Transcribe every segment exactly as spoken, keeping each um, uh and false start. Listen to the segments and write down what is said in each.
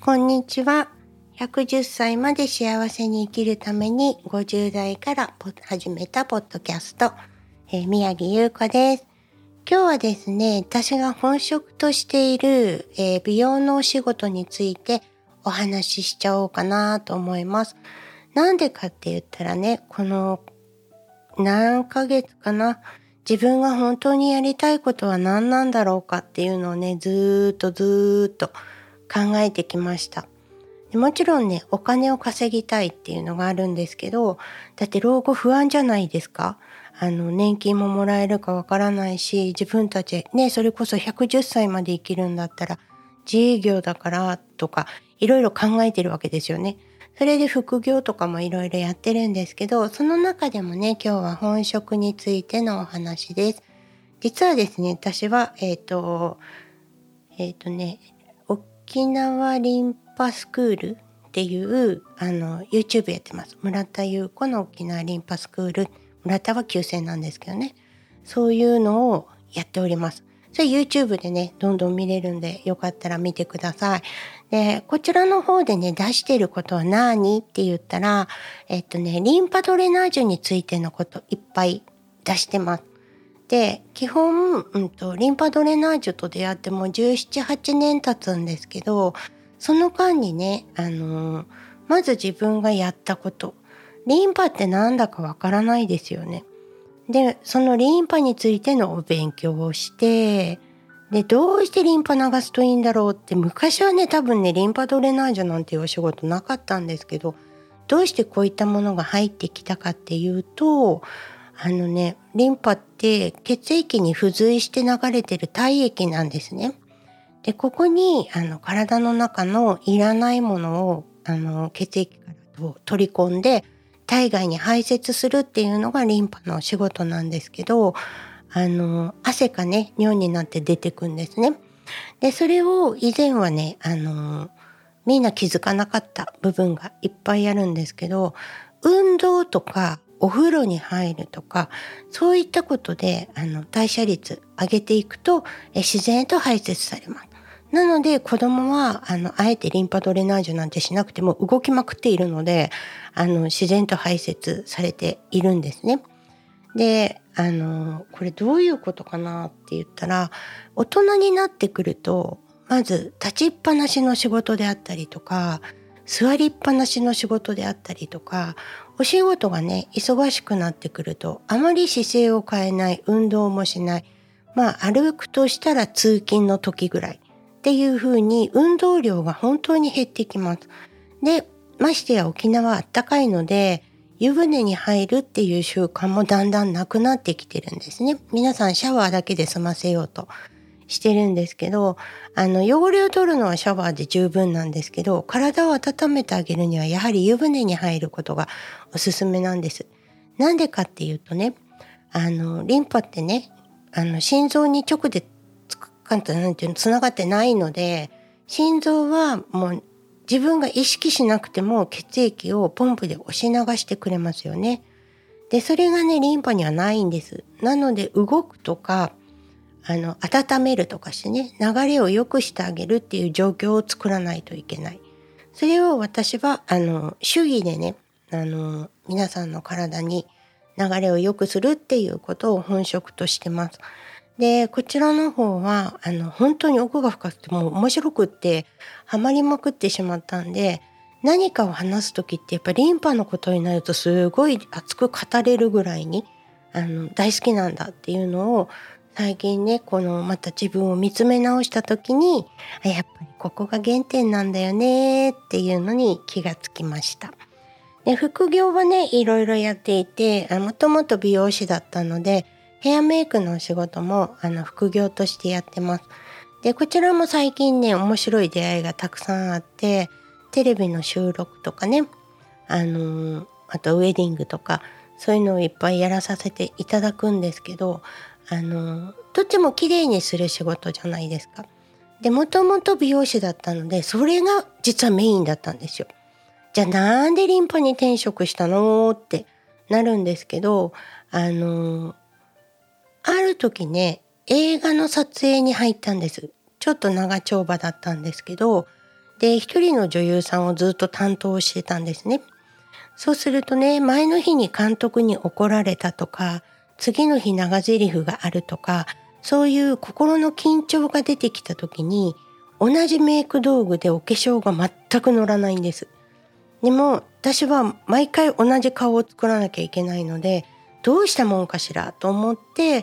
こんにちは。ひゃくじゅっさいまで幸せに生きるためにごじゅうだいから始めたポッドキャスト、えー、宮城優子です。今日はですね、私が本職としている、えー、美容のお仕事についてお話ししちゃおうかなと思います。なんでかって言ったらね、この何ヶ月かな、自分が本当にやりたいことは何なんだろうかっていうのをね、ずーっとずーっと考えてきました。もちろんね、お金を稼ぎたいっていうのがあるんですけど、だって老後不安じゃないですか。あの、年金ももらえるかわからないし、自分たちね、それこそひゃくじゅっさいまで生きるんだったら、自営業だからとか、いろいろ考えてるわけですよね。それで副業とかもいろいろやってるんですけど、その中でもね、今日は本職についてのお話です。実はですね、私は、えっと、えっとね、沖縄リンパスクールっていうあの YouTube やってます。村田優子の沖縄リンパスクール。村田は旧姓なんですけどね。そういうのをやっております。それ YouTube でね、どんどん見れるんで、よかったら見てください。で、こちらの方でね、出してることは何って言ったら、えっとね、リンパドレナージュについてのこといっぱい出してます。で、基本、うんと、リンパドレナージュと出会ってもうじゅうなな、はちねん経つんですけど、その間にね、あのー、まず自分がやったこと。リンパってなんだかわからないですよね。で、そのリンパについてのお勉強をして、で、どうしてリンパ流すといいんだろうって、昔はね、多分ね、リンパドレナージュなんていうお仕事なかったんですけど、どうしてこういったものが入ってきたかっていうと、あのね、リンパって血液に付随して流れてる体液なんですね。で、ここにあの体の中のいらないものをあの血液から取り込んで体外に排泄するっていうのがリンパの仕事なんですけど、あの汗かね、尿になって出てくんですね。で、それを以前はね、あのみんな気づかなかった部分がいっぱいあるんですけど、運動とかお風呂に入るとか、そういったことであの代謝率上げていくとえ自然と排泄されます。なので子供はあのあえてリンパドレナージュなんてしなくても動きまくっているので、あの自然と排泄されているんですね。で、あのこれどういうことかなって言ったら、大人になってくるとまず立ちっぱなしの仕事であったりとか、座りっぱなしの仕事であったりとか、お仕事がね、忙しくなってくると、あまり姿勢を変えない、運動もしない、まあ歩くとしたら通勤の時ぐらいっていう風に運動量が本当に減ってきます。で、ましてや沖縄は暖かいので、湯船に入るっていう習慣もだんだんなくなってきてるんですね。皆さんシャワーだけで済ませようとしてるんですけど、あの汚れを取るのはシャワーで十分なんですけど、体を温めてあげるにはやはり湯船に入ることがおすすめなんです。なんでかっていうとね、あのリンパってね、あの心臓に直でつかんとなんていうのつながってないので、心臓はもう自分が意識しなくても血液をポンプで押し流してくれますよね。で、それがね、リンパにはないんです。なので動くとか、あの温めるとかしてね、流れを良くしてあげるっていう状況を作らないといけない。それを私はあの手技でね、あの皆さんの体に流れを良くするっていうことを本職としてます。で、こちらの方はあの本当に奥が深くてもう面白くってハマりまくってしまったんで、何かを話す時ってやっぱりリンパのことになるとすごい熱く語れるぐらいにあの大好きなんだっていうのを最近ね、このまた自分を見つめ直した時に、やっぱりここが原点なんだよねっていうのに気がつきました。で、副業はね、いろいろやっていて、もともと美容師だったので、ヘアメイクのお仕事もあの副業としてやってます。で、こちらも最近ね、面白い出会いがたくさんあって、テレビの収録とかね、あのー、あとウェディングとか、そういうのをいっぱいやらさせていただくんですけど、あのどっちも綺麗にする仕事じゃないですか。で、もともと美容師だったので、それが実はメインだったんですよ。じゃあなんでリンパに転職したのってなるんですけど、あのある時ね、映画の撮影に入ったんです。ちょっと長丁場だったんですけど、 で、一人の女優さんをずっと担当してたんですね。そうするとね、前の日に監督に怒られたとか、次の日長台詞があるとか、そういう心の緊張が出てきた時に、同じメイク道具でお化粧が全く乗らないんです。でも私は毎回同じ顔を作らなきゃいけないので、どうしたもんかしらと思って、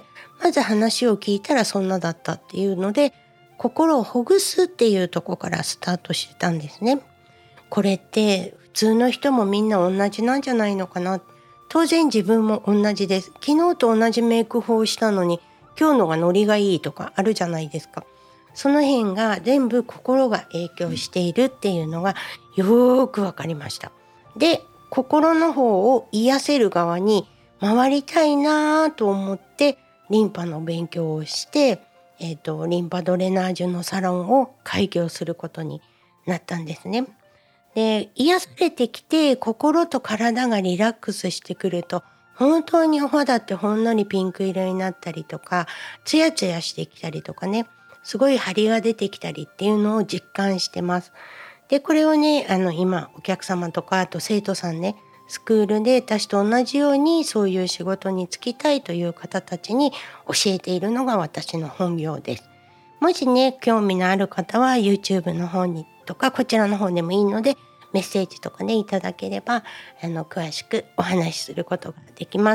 まず話を聞いたらそんなだったっていうので、心をほぐすっていうところからスタートしてたんですね。これって普通の人もみんな同じなんじゃないのかな。当然自分も同じです。昨日と同じメイク法をしたのに今日のがノリがいいとかあるじゃないですか。その辺が全部心が影響しているっていうのがよーくわかりました。で、心の方を癒せる側に回りたいなと思ってリンパの勉強をして、えーと、リンパドレナージュのサロンを開業することになったんですね。で、癒されてきて心と体がリラックスしてくると、本当にお肌ってほんのりピンク色になったりとか、ツヤツヤしてきたりとかね、すごい張りが出てきたりっていうのを実感してます。で、これをね、あの今お客様とかあと生徒さんね、スクールで私と同じようにそういう仕事に就きたいという方たちに教えているのが私の本業です。もしね、興味のある方は YouTube の方にとかこちらの方でもいいのでメッセージとかねいただければあの詳しくお話しすることができます。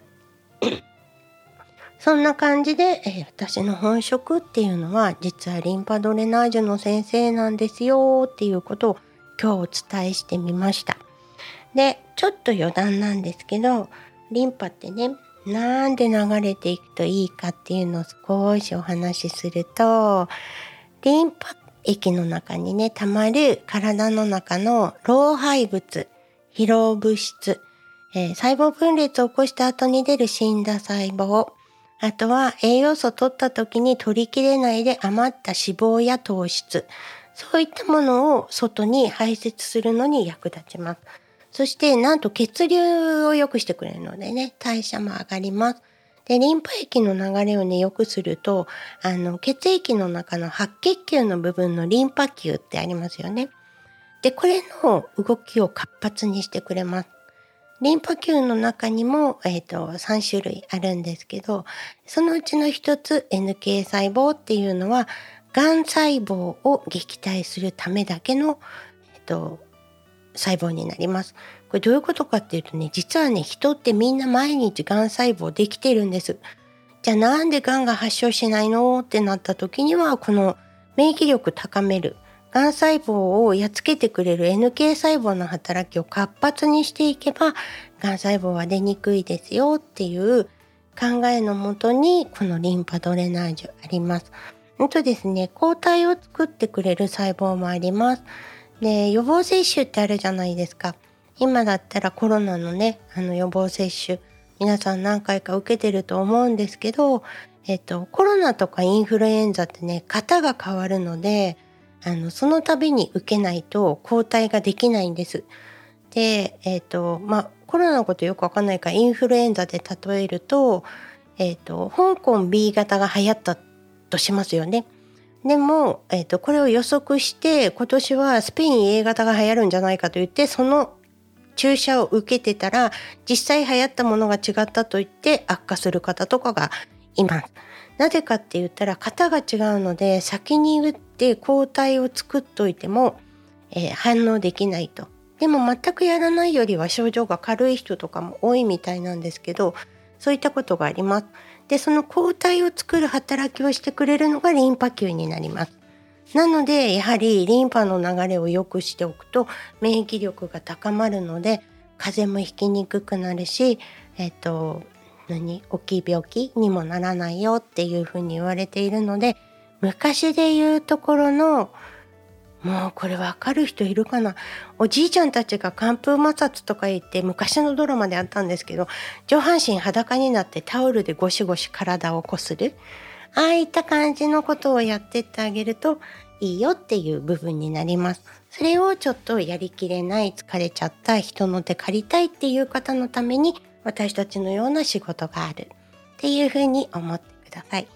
そんな感じで、えー、私の本職っていうのは実はリンパドレナージュの先生なんですよっていうことを今日お伝えしてみました。で、ちょっと余談なんですけど、リンパってね、なんで流れていくといいかっていうのを少しお話しすると、リンパ液の中にね、溜まる体の中の老廃物、疲労物質、えー、細胞分裂を起こした後に出る死んだ細胞、あとは栄養素を取った時に取りきれないで余った脂肪や糖質、そういったものを外に排泄するのに役立ちます。そしてなんと血流を良くしてくれるのでね、代謝も上がります。で、リンパ液の流れをね、良くすると、あの、血液の中の白血球の部分のリンパ球ってありますよね。で、これの動きを活発にしてくれます。リンパ球の中にも、えっと、さん種類あるんですけど、そのうちの一つ エヌケー 細胞っていうのは、がん細胞を撃退するためだけの、えっと、細胞になります。これどういうことかっていうとね、実はね、人ってみんな毎日がん細胞できてるんです。じゃあなんでがんが発症しないのってなった時には、この免疫力高める、がん細胞をやっつけてくれる エヌケー 細胞の働きを活発にしていけば、がん細胞は出にくいですよっていう考えのもとに、このリンパドレナージュあります。あとですね、抗体を作ってくれる細胞もあります。で、予防接種ってあるじゃないですか。今だったらコロナのね、あの予防接種、皆さん何回か受けてると思うんですけど、えっと、コロナとかインフルエンザってね、型が変わるので、あの、その度に受けないと抗体ができないんです。で、えっと、まあ、コロナのことよくわかんないからインフルエンザで例えると、えっと、香港 ビー 型が流行ったとしますよね。でも、えっと、これを予測して今年はスペイン エー 型が流行るんじゃないかと言ってその注射を受けてたら実際流行ったものが違ったと言って悪化する方とかがいます。なぜかって言ったら型が違うので先に打って抗体を作っといても、えー、反応できないと。でも全くやらないよりは症状が軽い人とかも多いみたいなんですけど、そういったことがあります。で、その抗体を作る働きをしてくれるのがリンパ球になります。なのでやはりリンパの流れを良くしておくと免疫力が高まるので風邪もひきにくくなるし、えっと何大きい病気にもならないよっていうふうに言われているので、昔で言うところの、もうこれわかる人いるかな、おじいちゃんたちが寒風摩擦とか言って昔のドラマであったんですけど、上半身裸になってタオルでゴシゴシ体をこする、ああいった感じのことをやってってあげるといいよっていう部分になります。それをちょっとやりきれない、疲れちゃった人の手借りたいっていう方のために私たちのような仕事があるっていうふうに思ってください。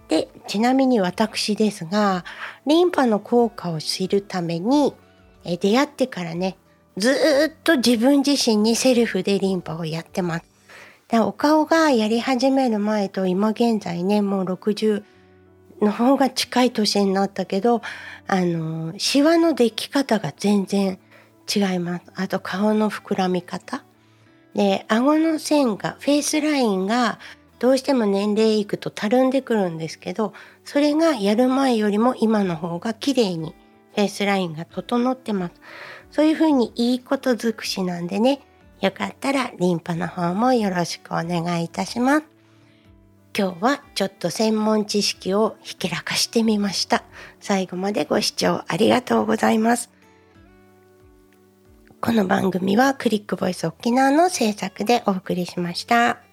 で、ちなみに私ですが、リンパの効果を知るために、え出会ってからね、ずーっと自分自身にセルフでリンパをやってます。でお顔がやり始める前と今現在ね、もうろくじゅうの方が近い年になったけど、あの、シワのでき方が全然違います。あと顔の膨らみ方。で、顎の線が、フェイスラインがどうしても年齢いくとたるんでくるんですけど、それがやる前よりも今の方が綺麗にフェイスラインが整ってます。そういう風にいいこと尽くしなんでね、よかったらリンパの方もよろしくお願いいたします。今日はちょっと専門知識をひけらかしてみました。最後までご視聴ありがとうございます。この番組はクリックボイス沖縄の制作でお送りしました。